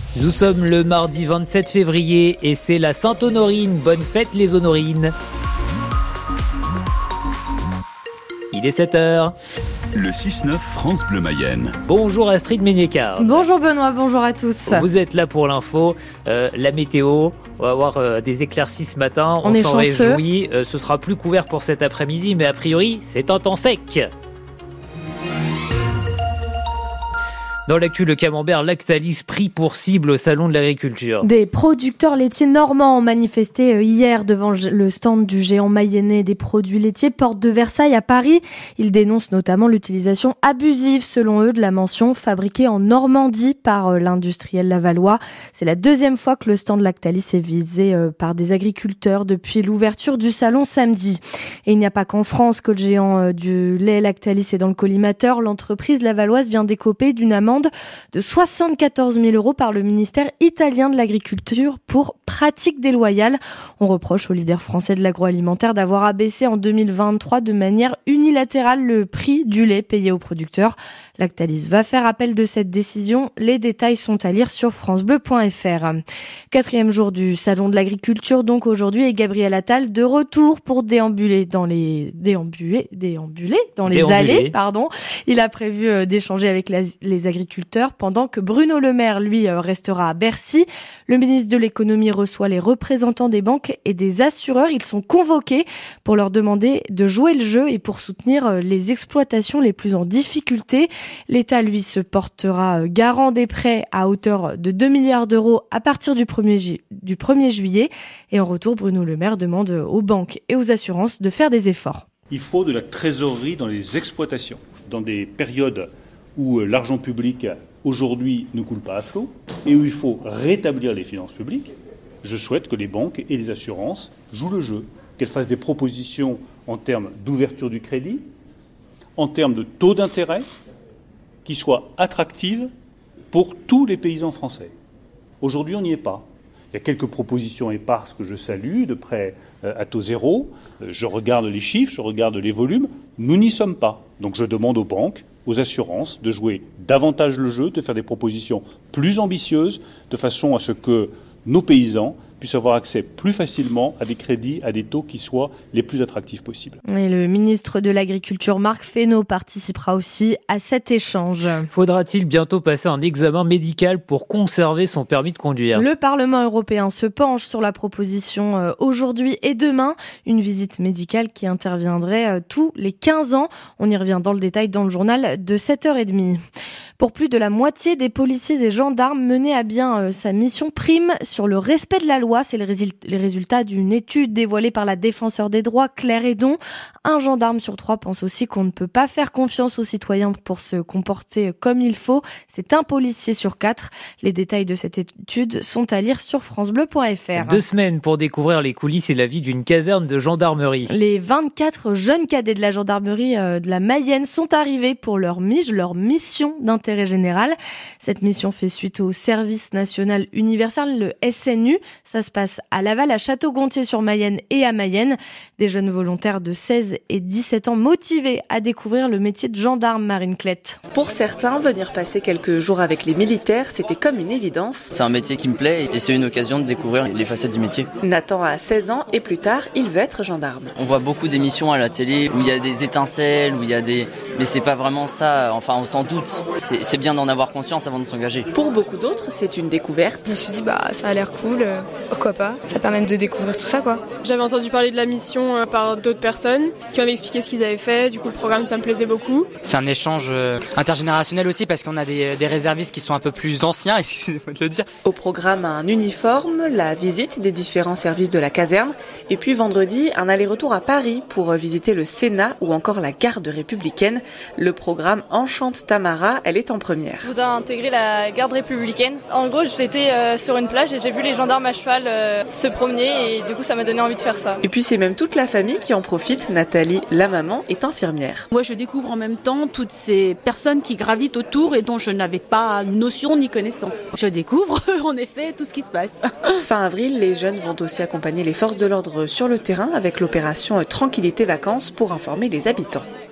Nous sommes le mardi 27 février et c'est la Sainte-Honorine. Bonne fête les Honorines. Il est 7h. Le 6-9 France Bleu Mayenne. Bonjour Astrid Méniécard. Bonjour Benoît, bonjour à tous. Vous êtes là pour l'info, la météo, on va avoir des éclaircies ce matin, on s'en chanceux. réjouit, ce sera plus couvert pour cet après-midi, mais a priori c'est un temps sec. Dans l'actu, le camembert Lactalis pris pour cible au salon de l'agriculture. Des producteurs laitiers normands ont manifesté hier devant le stand du géant mayennais des produits laitiers Porte de Versailles à Paris. Ils dénoncent notamment l'utilisation abusive, selon eux, de la mention fabriquée en Normandie par l'industriel lavallois. C'est la deuxième fois que le stand Lactalis est visé par des agriculteurs depuis l'ouverture du salon samedi. Et il n'y a pas qu'en France que le géant du lait Lactalis est dans le collimateur. L'entreprise lavalloise vient d'écoper d'une amende de 74 000 € par le ministère italien de l'Agriculture pour pratiques déloyales. On reproche au leader français de l'agroalimentaire d'avoir abaissé en 2023 de manière unilatérale le prix du lait payé aux producteurs. Lactalis va faire appel de cette décision. Les détails sont à lire sur francebleu.fr. Quatrième jour du salon de l'agriculture, donc aujourd'hui, et Gabriel Attal de retour pour déambuler dans les allées. Il a prévu d'échanger avec les agriculteurs pendant que Bruno Le Maire, lui, restera à Bercy. Le ministre de l'économie reçoit les représentants des banques et des assureurs. Ils sont convoqués pour leur demander de jouer le jeu et pour soutenir les exploitations les plus en difficulté. L'État, lui, se portera garant des prêts à hauteur de 2 milliards d'euros à partir du 1er juillet. Et en retour, Bruno Le Maire demande aux banques et aux assurances de faire des efforts. Il faut de la trésorerie dans les exploitations, dans des périodes où l'argent public aujourd'hui ne coule pas à flot et où il faut rétablir les finances publiques. Je souhaite que les banques et les assurances jouent le jeu, qu'elles fassent des propositions en termes d'ouverture du crédit, en termes de taux d'intérêt, qui soient attractives pour tous les paysans français. Aujourd'hui, on n'y est pas. Il y a quelques propositions éparses que je salue, de prêts à taux zéro. Je regarde les chiffres, je regarde les volumes. Nous n'y sommes pas. Donc je demande aux banques, aux assurances, de jouer davantage le jeu, de faire des propositions plus ambitieuses, de façon à ce que nos paysans puissent avoir accès plus facilement à des crédits, à des taux qui soient les plus attractifs possibles. Et le ministre de l'Agriculture, Marc Fesneau, participera aussi à cet échange. Faudra-t-il bientôt passer un examen médical pour conserver son permis de conduire ? Le Parlement européen se penche sur la proposition aujourd'hui et demain. Une visite médicale qui interviendrait tous les 15 ans. On y revient dans le détail dans le journal de 7h30. Pour plus de la moitié des policiers et gendarmes, mener à bien sa mission prime sur le respect de la loi. C'est les résultats d'une étude dévoilée par la défenseure des droits, Claire Hédon. Un gendarme sur 3 pense aussi qu'on ne peut pas faire confiance aux citoyens pour se comporter comme il faut. C'est un policier sur 4. Les détails de cette étude sont à lire sur francebleu.fr. 2 semaines pour découvrir les coulisses et la vie d'une caserne de gendarmerie. Les 24 jeunes cadets de la gendarmerie de la Mayenne sont arrivés pour leur mission d'intérêt général. Cette mission fait suite au service national universel, le SNU. Ça se passe à Laval, à Château-Gontier-sur-Mayenne et à Mayenne. Des jeunes volontaires de 16 et 17 ans motivés à découvrir le métier de gendarme, Marine Clette. Pour certains, venir passer quelques jours avec les militaires, c'était comme une évidence. C'est un métier qui me plaît et c'est une occasion de découvrir les facettes du métier. Nathan a 16 ans et plus tard, il veut être gendarme. On voit beaucoup d'émissions à la télé où il y a des étincelles, mais c'est pas vraiment ça, enfin on s'en doute. C'est bien d'en avoir conscience avant de s'engager. Pour beaucoup d'autres, c'est une découverte. Je me suis dit, ça a l'air cool, pourquoi pas. Ça permet de découvrir tout ça, quoi. J'avais entendu parler de la mission par d'autres personnes qui m'avaient expliqué ce qu'ils avaient fait. Du coup, le programme, ça me plaisait beaucoup. C'est un échange intergénérationnel aussi parce qu'on a des réservistes qui sont un peu plus anciens, excusez-moi de le dire. Au programme, un uniforme, la visite des différents services de la caserne et puis vendredi, un aller-retour à Paris pour visiter le Sénat ou encore la garde républicaine. Le programme Enchante Tamara, elle est en première. Je voudrais intégrer la garde républicaine. En gros, j'étais sur une plage et j'ai vu les gendarmes à cheval se promener et du coup, ça m'a donné envie de faire ça. Et puis, c'est même toute la famille qui en profite. Nathalie, la maman, est infirmière. Moi, je découvre en même temps toutes ces personnes qui gravitent autour et dont je n'avais pas notion ni connaissance. Je découvre, en effet, tout ce qui se passe. Fin avril, les jeunes vont aussi accompagner les forces de l'ordre sur le terrain avec l'opération Tranquillité Vacances pour informer les habitants.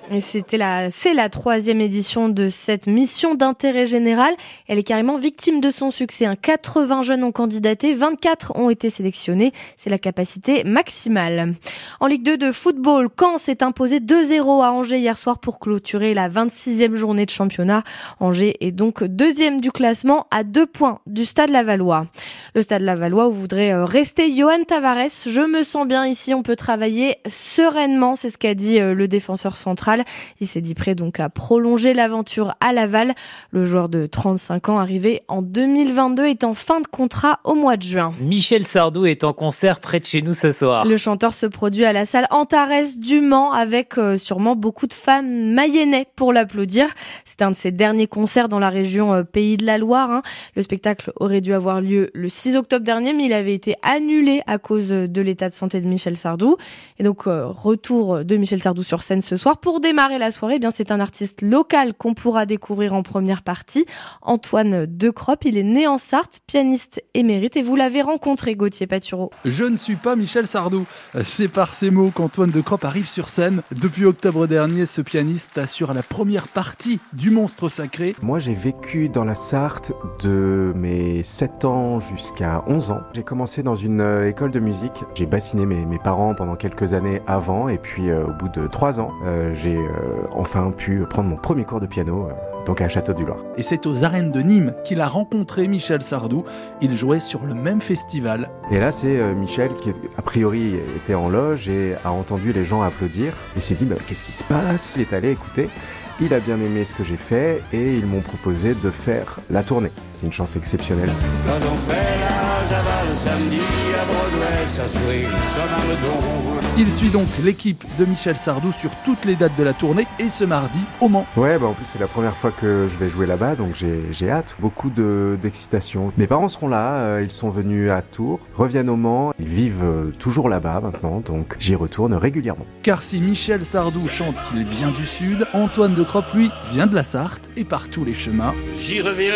Et c'est la 3e édition de cette mission d'intérêt général. Elle est carrément victime de son succès. 80 jeunes ont candidaté, 24 ont été sélectionnés. C'est la capacité maximale. En Ligue 2 de football, Caen s'est imposé 2-0 à Angers hier soir pour clôturer la 26e journée de championnat. Angers est donc 2e du classement à 2 points du Stade Lavallois. Le Stade Lavallois où voudrait rester Yoann Tavares. Je me sens bien ici, on peut travailler sereinement, c'est ce qu'a dit le défenseur central. Il s'est dit prêt donc à prolonger l'aventure à Laval. Le joueur de 35 ans arrivé en 2022 est en fin de contrat au mois de juin. Michel Sardou est en concert près de chez nous ce soir. Le chanteur se produit à la salle Antares du Mans avec sûrement beaucoup de fans mayennais pour l'applaudir. C'est un de ses derniers concerts dans la région Pays de la Loire. Le spectacle aurait dû avoir lieu le 6 octobre dernier, mais il avait été annulé à cause de l'état de santé de Michel Sardou. Et donc, retour de Michel Sardou sur scène ce soir. Pour démarrer la soirée, eh bien, c'est un artiste local qu'on pourra découvrir en première partie, Antoine Decroppe. Il est né en Sarthe, pianiste émérite, et vous l'avez rencontré, Gauthier Patureau. Je ne suis pas Michel Sardou. C'est par ces mots qu'Antoine Decroppe arrive sur scène. Depuis octobre dernier, ce pianiste assure la première partie du Monstre Sacré. Moi, j'ai vécu dans la Sarthe de mes 7 ans jusqu'à 11 ans. J'ai commencé dans une école de musique. J'ai bassiné mes parents pendant quelques années avant, et puis au bout de 3 ans, j'ai enfin pu prendre mon premier cours de piano, donc à Château-du-Loir. Et c'est aux arènes de Nîmes qu'il a rencontré Michel Sardou. Il jouait sur le même festival. Et là, c'est Michel qui, a priori, était en loge et a entendu les gens applaudir. Il s'est dit, qu'est-ce qui se passe ? Il est allé écouter. Il a bien aimé ce que j'ai fait et ils m'ont proposé de faire la tournée. C'est une chance exceptionnelle. Quand on fait la Java le samedi à Broadway, ça swing comme un redon. Il suit donc l'équipe de Michel Sardou sur toutes les dates de la tournée et ce mardi au Mans. Ouais, en plus c'est la première fois que je vais jouer là-bas, donc j'ai hâte. Beaucoup d'excitation. Mes parents seront là, ils sont venus à Tours, reviennent au Mans, ils vivent toujours là-bas maintenant, donc j'y retourne régulièrement. Car si Michel Sardou chante qu'il vient du Sud, Antoine Decroppe, lui, vient de la Sarthe et par tous les chemins. J'y reviens.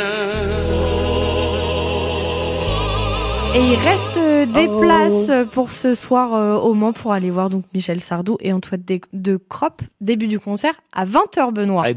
Et il reste des places pour ce soir au Mans pour aller voir donc Michel Sardou et Antoine Decroppe. Début du concert à 20h, Benoît.